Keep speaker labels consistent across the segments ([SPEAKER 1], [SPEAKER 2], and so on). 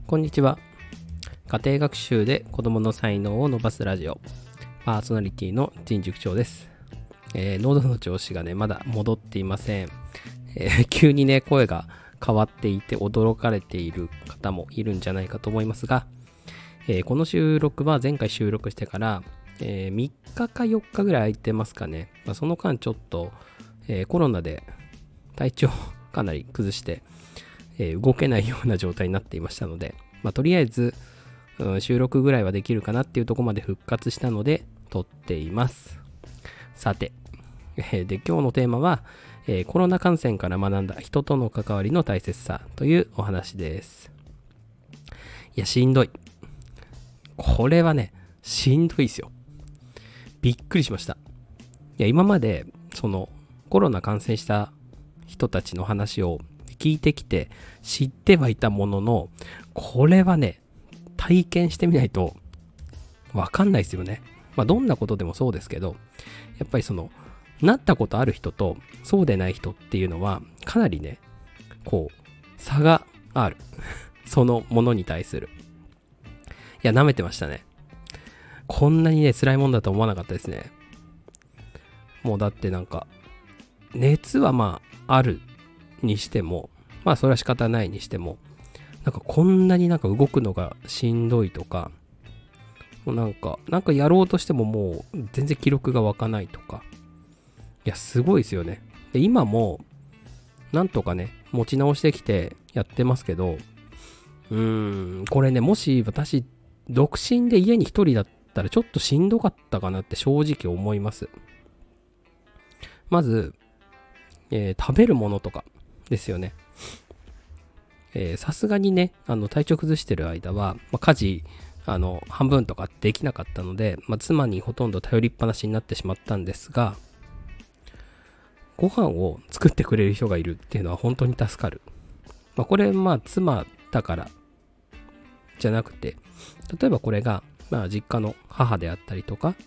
[SPEAKER 1] こんにちは。家庭学習で子供の才能を伸ばすラジオパーソナリティの陳塾長です。喉の調子がねまだ戻っていません。急にね声が変わっていて驚かれている方もいるんじゃないかと思いますが、この収録は前回収録してから、3日か4日ぐらい空いてますかね。その間ちょっと、コロナで体調かなり崩して、動けないような状態になっていましたので、とりあえず、収録ぐらいはできるかなっていうところまで復活したので撮っています。さて、で今日のテーマは、コロナ感染から学んだ人との関わりの大切さというお話です。いやしんどい。これはねしんどいですよ。びっくりしました。いや今までそのコロナ感染した人たちの話を聞いてきて知ってはいたものの、これはね体験してみないとわかんないですよね。どんなことでもそうですけど、やっぱりそのなったことある人とそうでない人っていうのはかなりねこう差があるそのものに対する。いや舐めてましたね。こんなにね辛いもんだと思わなかったですね。もうだってなんか熱はあるにしてもそれは仕方ないにしても、なんかこんなになんか動くのがしんどいとか、もうなんかやろうとしてももう全然記録が湧かないとか、いやすごいですよね。で今もなんとかね持ち直してきてやってますけど、これねもし私独身で家に一人だったらちょっとしんどかったかなって正直思います。まず、食べるものとかですよね。さすがにね体調崩してる間は、家事半分とかできなかったので、妻にほとんど頼りっぱなしになってしまったんですが、ご飯を作ってくれる人がいるっていうのは本当に助かる。これ妻だからじゃなくて、例えばこれが実家の母であったりとか、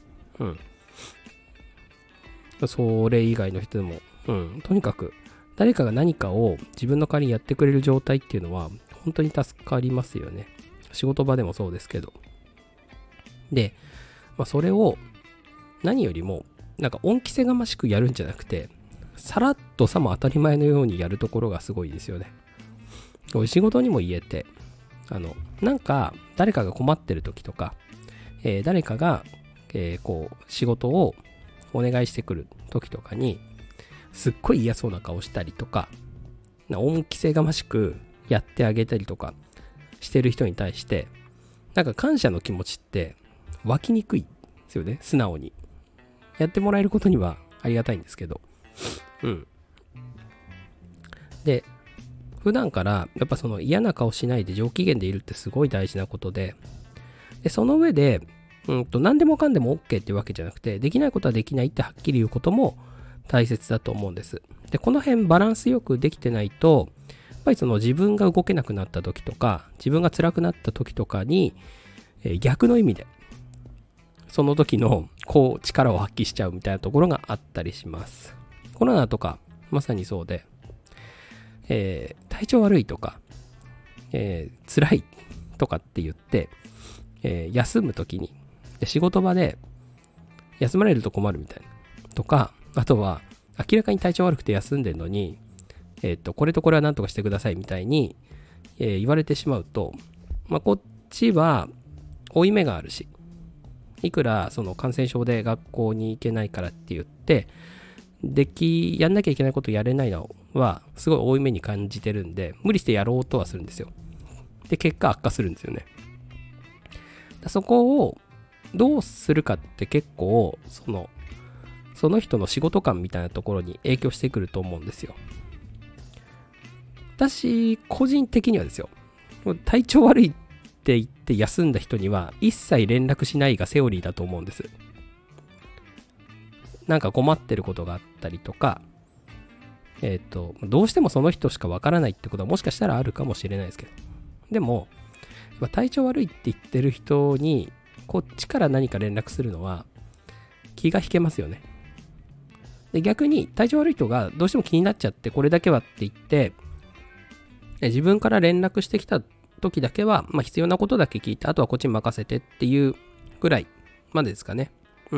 [SPEAKER 1] それ以外の人でも、とにかく誰かが何かを自分の代わりにやってくれる状態っていうのは本当に助かりますよね。仕事場でもそうですけど。で、それを何よりもなんか恩着せがましくやるんじゃなくて、さらっとさも当たり前のようにやるところがすごいですよね。仕事にも言えて、なんか誰かが困ってる時とか、誰かが、こう仕事をお願いしてくる時とかにすっごい嫌そうな顔したりとか、恩着せがましくやってあげたりとかしてる人に対して、なんか感謝の気持ちって湧きにくいですよね。素直にやってもらえることにはありがたいんですけど、で普段からやっぱその嫌な顔しないで上機嫌でいるってすごい大事なことで、その上で何でもかんでも OK っていうわけじゃなくて、できないことはできないってはっきり言うことも大切だと思うんです。でこの辺バランスよくできてないと、やっぱりその自分が動けなくなった時とか自分が辛くなった時とかに、逆の意味でその時のこう力を発揮しちゃうみたいなところがあったりします。コロナとかまさにそうで、体調悪いとか、辛いとかって言って、休む時に仕事場で休まれると困るみたいなとか、あとは明らかに体調悪くて休んでるのに、これとこれは何とかしてくださいみたいに、言われてしまうと、こっちは負い目があるし、いくらその感染症で学校に行けないからって言ってやんなきゃいけないことやれないのはすごい負い目に感じてるんで、無理してやろうとはするんですよ。で結果悪化するんですよね。そこをどうするかって結構その人の仕事感みたいなところに影響してくると思うんですよ。私個人的にはですよ、体調悪いって言って休んだ人には一切連絡しないがセオリーだと思うんです。なんか困ってることがあったりとか、どうしてもその人しかわからないってことはもしかしたらあるかもしれないですけど、でも体調悪いって言ってる人にこっちから何か連絡するのは気が引けますよね。で逆に体調悪い人がどうしても気になっちゃってこれだけはって言って自分から連絡してきた時だけは、必要なことだけ聞いて、あとはこっちに任せてっていうぐらいまでですかね。だ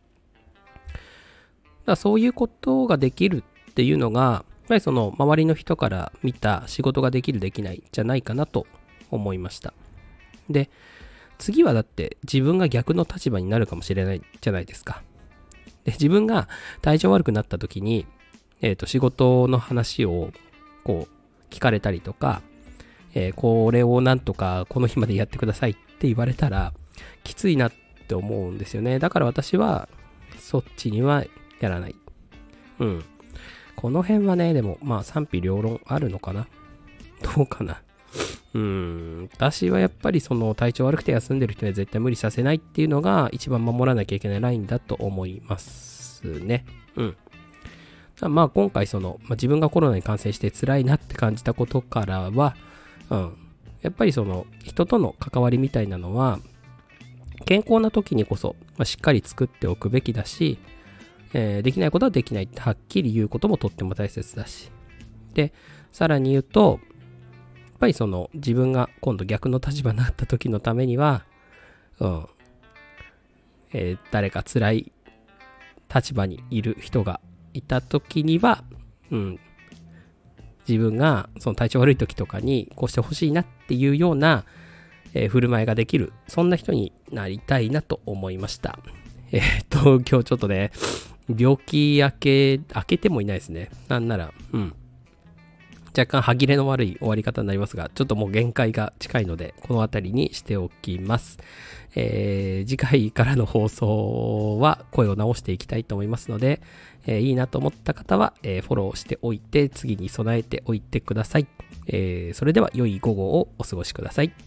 [SPEAKER 1] からそういうことができるっていうのが、やっぱりその周りの人から見た仕事ができるできないじゃないかなと思いました。で、次はだって自分が逆の立場になるかもしれないじゃないですか。で、自分が体調悪くなった時に、仕事の話をこう聞かれたりとか、これをなんとかこの日までやってくださいって言われたらきついなって思うんですよね。だから私はそっちにはやらない。この辺はね、でも賛否両論あるのかな。どうかな。私はやっぱりその体調悪くて休んでる人には絶対無理させないっていうのが一番守らなきゃいけないラインだと思いますね。今回その、自分がコロナに感染して辛いなって感じたことからは、やっぱりその人との関わりみたいなのは健康な時にこそ、しっかり作っておくべきだし、できないことはできないってはっきり言うこともとっても大切だし。で、さらに言うと、やっぱりその自分が今度逆の立場になった時のためには、誰か辛い立場にいる人がいた時には、自分がその体調悪い時とかにこうしてほしいなっていうような、振る舞いができる、そんな人になりたいなと思いました。今日ちょっとね、病気明けてもいないですね。なんなら、若干歯切れの悪い終わり方になりますが、ちょっともう限界が近いので、この辺りにしておきます。次回からの放送は声を直していきたいと思いますので、いいなと思った方は、フォローしておいて、次に備えておいてください。それでは良い午後をお過ごしください。